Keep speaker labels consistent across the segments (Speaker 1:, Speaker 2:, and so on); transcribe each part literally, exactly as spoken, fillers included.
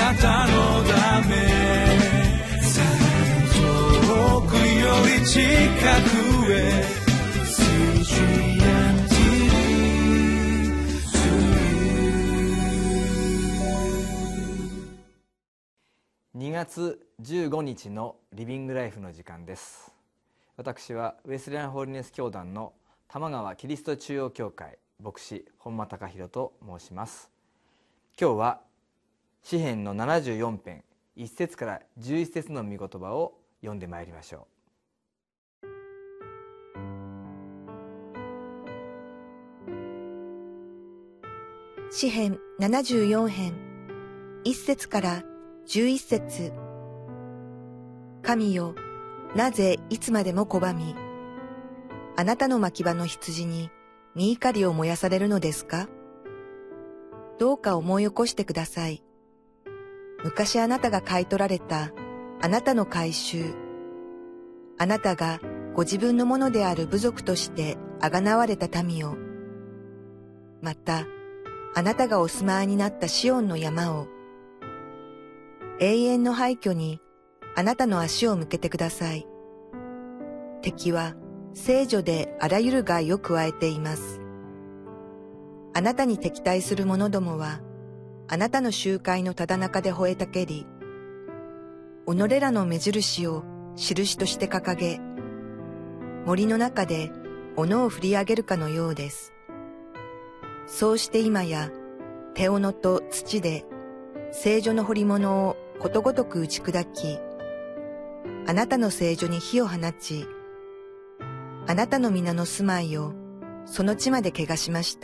Speaker 1: なたのため遠くより近くへ
Speaker 2: にがつじゅうごにちのリビングライフの時間です。私はウェスレアンホーリネス教団の玉川キリスト中央教会牧師本間隆弘と申します。今日は詩編のななじゅうよん編いっ節からじゅういち節の御言葉を読んでまいりましょ
Speaker 3: う。詩編ななじゅうよん編いっ節からじゅういち節。神よ、なぜいつまでも拒み、あなたの牧場の羊に身怒りを燃やされるのですか？どうか思い起こしてください。昔あなたが買い取られたあなたの改宗、あなたがご自分のものである部族としてあがなわれた民を、またあなたがお住まいになったシオンの山を、永遠の廃墟にあなたの足を向けてください。敵は聖女であらゆる害を加えています。あなたに敵対する者どもは、あなたの集会のただ中で吠えたけり、己らの目印を印として掲げ、森の中で斧を振り上げるかのようです。そうして今や手斧と土で聖女の彫り物をことごとく打ち砕き、あなたの聖女に火を放ち、あなたの皆の住まいをその地まで汚しました。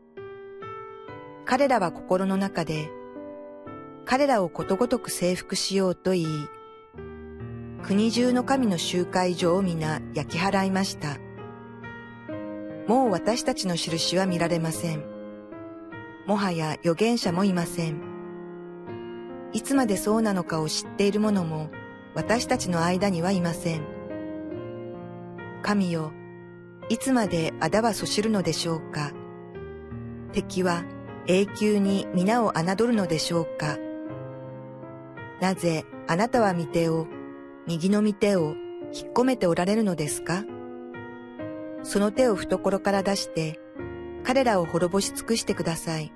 Speaker 3: 彼らは心の中で、彼らをことごとく征服しようと言い、国中の神の集会所を皆焼き払いました。もう私たちの印は見られません。もはや預言者もいません。いつまでそうなのかを知っている者も私たちの間にはいません。神よ、いつまで仇はそしるのでしょうか。敵は永久に皆を侮るのでしょうか。なぜあなたは御手を、右の御手を引っ込めておられるのですか。その手を懐から出して彼らを滅ぼし尽くしてください。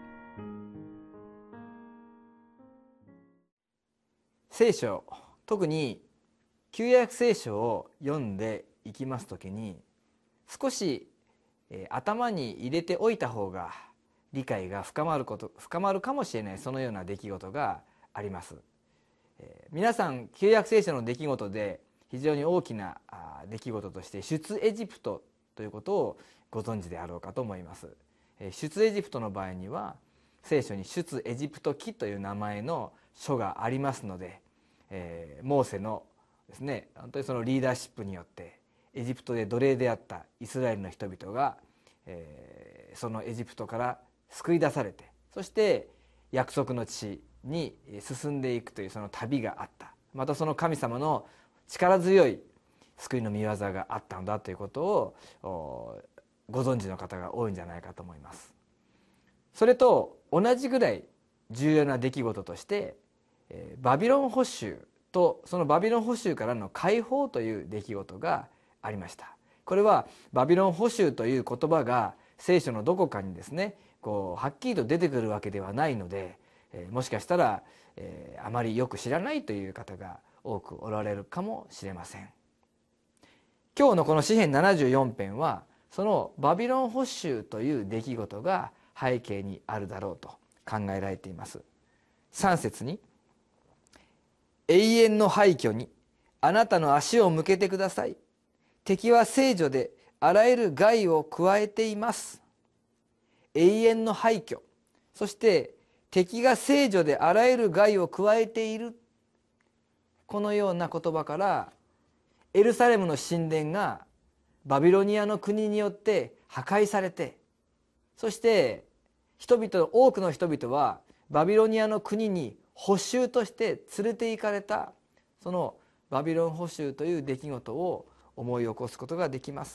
Speaker 2: 聖書、特に旧約聖書を読んでいきますときに、少し、えー、頭に入れておいた方が理解が深まること深まるかもしれない、そのような出来事があります。えー、皆さん旧約聖書の出来事で非常に大きなあ出来事として出エジプトということをご存知であろうかと思います。えー、出エジプトの場合には聖書に出エジプト記という名前の書がありますので、えー、モーセのですね、本当にそのリーダーシップによってエジプトで奴隷であったイスラエルの人々が、えー、そのエジプトから救い出されて、そして約束の地に進んでいくというその旅があった。またその神様の力強い救いの御業があったんだということをご存知の方が多いんじゃないかと思います。それと同じぐらい重要な出来事としてバビロン捕囚とそのバビロン捕囚からの解放という出来事がありました。これはバビロン捕囚という言葉が聖書のどこかにですね、こうはっきりと出てくるわけではないので、えー、もしかしたら、えー、あまりよく知らないという方が多くおられるかもしれません。今日のこの詩編ななじゅうよん編はそのバビロン捕囚という出来事が背景にあるだろうと考えられています。さん節に、永遠の廃墟にあなたの足を向けてください。敵は聖女であらゆる害を加えています。永遠の廃墟、そして敵が聖女であらゆる害を加えている、このような言葉からエルサレムの神殿がバビロニアの国によって破壊されて、そして人々多くの人々はバビロニアの国に捕囚として連れて行かれた、そのバビロン捕囚という出来事を思い起こすことができます。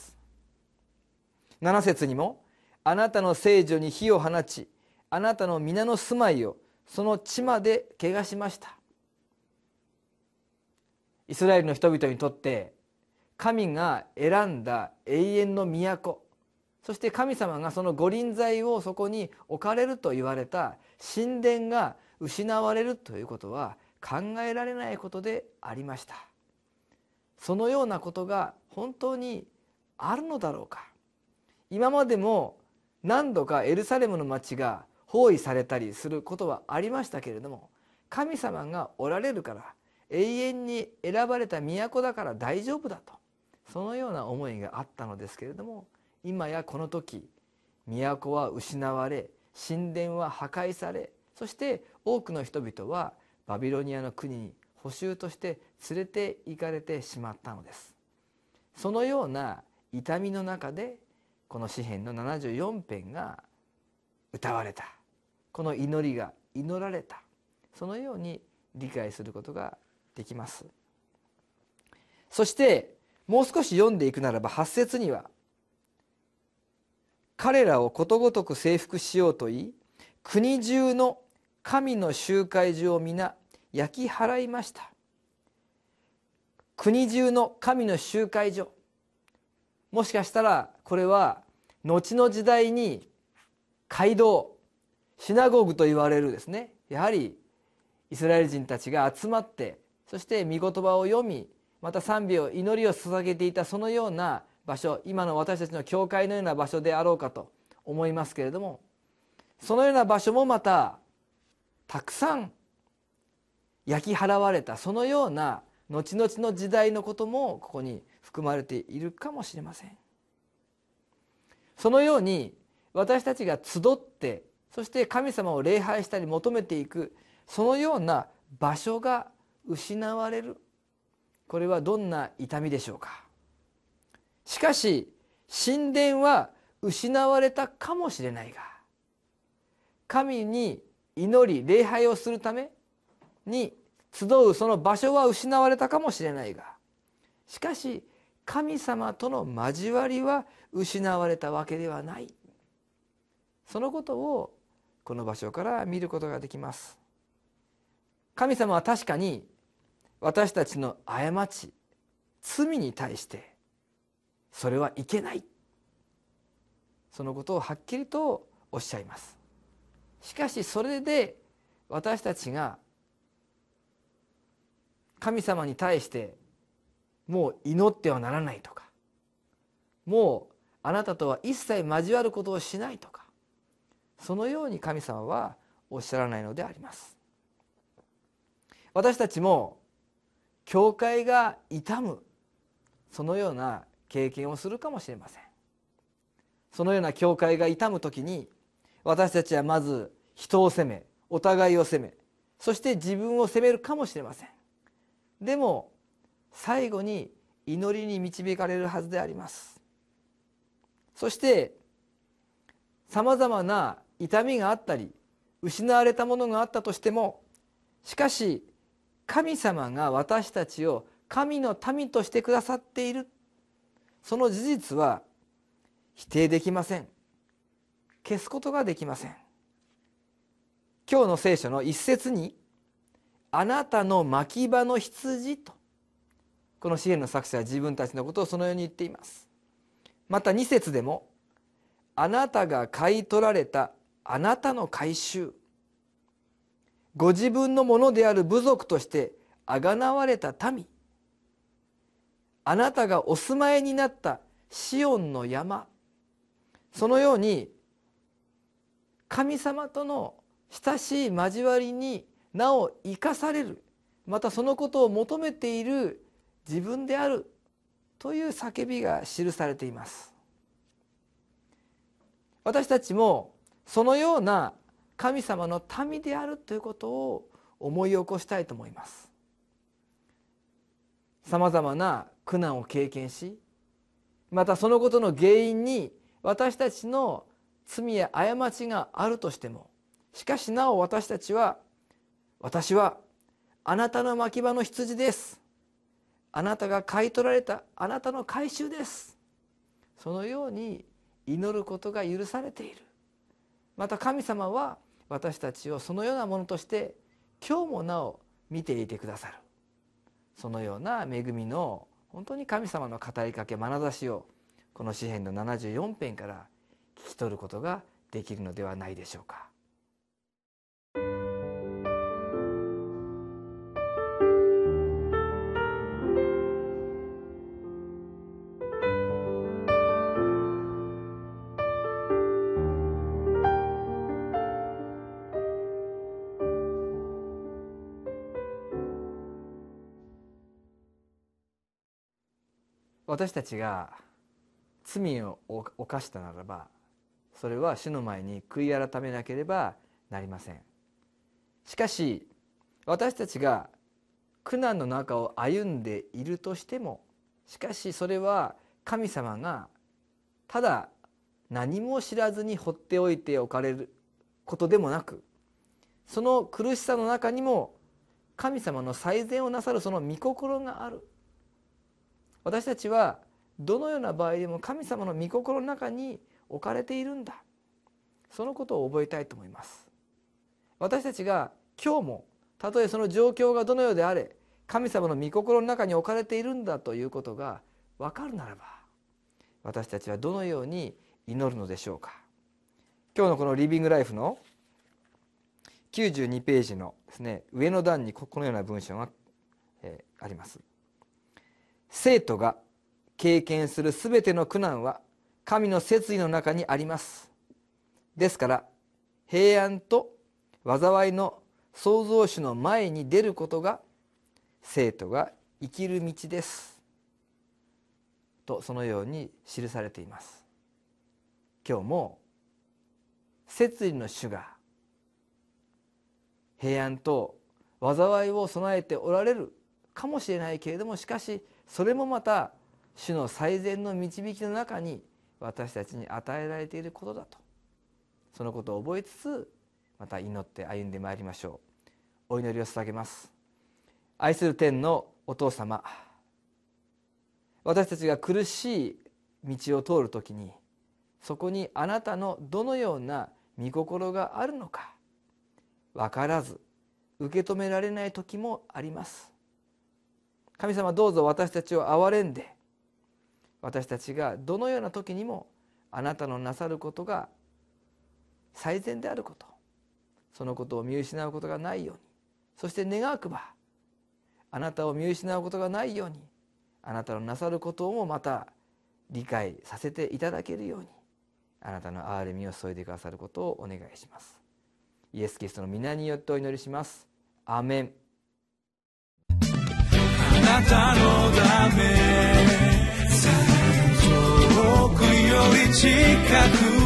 Speaker 2: なな節にも、あなたの聖女に火を放ち、あなたの皆の住まいをその地まで汚しました。イスラエルの人々にとって神が選んだ永遠の都、そして神様がその御臨在をそこに置かれると言われた神殿が失われるということは考えられないことでありました。そのようなことが本当にあるのだろうか。今までも何度かエルサレムの町が包囲されたりすることはありましたけれども、神様がおられるから永遠に選ばれた都だから大丈夫だと、そのような思いがあったのですけれども、今やこの時都は失われ、神殿は破壊され、そして多くの人々はバビロニアの国に捕囚として連れて行かれてしまったのです。そのような痛みの中でこの詩編のななじゅうよん編が歌われた、この祈りが祈られた、そのように理解することができます。そしてもう少し読んでいくならばはち節には、彼らをことごとく征服しようと言い、国中の神の集会所を皆焼き払いました。国中の神の集会所、もしかしたらこれは後の時代に街道、シナゴーグと言われるですね、やはりイスラエル人たちが集まって、そして御言葉を読み、また賛美を祈りを捧げていたそのような場所、今の私たちの教会のような場所であろうかと思いますけれども、そのような場所もまたたくさん焼き払われた、そのような後々の時代のこともここに含まれているかもしれません。そのように私たちが集って、そして神様を礼拝したり求めていく、そのような場所が失われる、これはどんな痛みでしょうか。しかし神殿は失われたかもしれないが、神に祈り礼拝をするために集うその場所は失われたかもしれないが、しかし神様との交わりは失われたわけではない、そのことをこの場所から見ることができます。神様は確かに私たちの過ち、罪に対してそれはいけない、そのことをはっきりとおっしゃいます。しかしそれで私たちが神様に対してもう祈ってはならないとか、もうあなたとは一切交わることをしないとか、そのように神様はおっしゃらないのであります。私たちも教会が傷む、そのような経験をするかもしれません。そのような教会が傷むときに、私たちはまず人を責め、お互いを責め、そして自分を責めるかもしれません。でも最後に祈りに導かれるはずであります。そしてさまざまな痛みがあったり失われたものがあったとしても、しかし神様が私たちを神の民としてくださっている、その事実は否定できません。消すことができません。今日の聖書の一節に、あなたの牧場の羊と、この詩篇の作者は自分たちのことをそのように言っています。また二節でも、あなたが買い取られたあなたの改宗、ご自分のものである部族としてあがなわれた民、あなたがお住まいになったシオンの山、そのように神様との親しい交わりになお生かされる、またそのことを求めている自分であるという叫びが記されています。私たちもそのような神様の民であるということを思い起こしたいと思います。さまざまな苦難を経験し、またそのことの原因に私たちの罪や過ちがあるとしても、しかしなお私たちは、私はあなたの牧場の羊です、あなたが買い取られたあなたの改宗です、そのように祈ることが許されている。また神様は私たちをそのようなものとして今日もなお見ていてくださる、そのような恵みの本当に神様の語りかけ眼差しをこの詩編のななじゅうよん編から聞き取ることができるのではないでしょうか。私たちが罪を犯したならば、それは主の前に悔い改めなければなりません。しかし私たちが苦難の中を歩んでいるとしても、しかしそれは神様がただ何も知らずに放っておいておかれることでもなく、その苦しさの中にも神様の最善をなさるその御心がある。私たちはどのような場合でも神様の御心の中に置かれているんだ、そのことを覚えたいと思います。私たちが今日もたとえその状況がどのようであれ、神様の御心の中に置かれているんだということが分かるならば、私たちはどのように祈るのでしょうか。今日のこのリビングライフのきゅうじゅうにページのですね、上の段にこのような文章が、えー、あります。生徒が経験するすべての苦難は神の摂理の中にあります。ですから平安と災いの創造主の前に出ることが生徒が生きる道ですと、そのように記されています。今日も摂理の主が平安と災いを備えておられるかもしれないけれども、しかしそれもまた主の最善の導きの中に私たちに与えられていることだと、そのことを覚えつつ、また祈って歩んでまいりましょう。お祈りを捧げます。愛する天のお父様、私たちが苦しい道を通るときに、そこにあなたのどのような御心があるのか分からず受け止められない時もあります。神様、どうぞ私たちを憐れんで、私たちがどのような時にもあなたのなさることが最善であること、そのことを見失うことがないように、そして願わくばあなたを見失うことがないように、あなたのなさることをもまた理解させていただけるように、あなたの憐れみを注いでくださることをお願いします。イエス・キリストの皆によってお祈りします。アーメン。
Speaker 1: あなたのため遠くより近く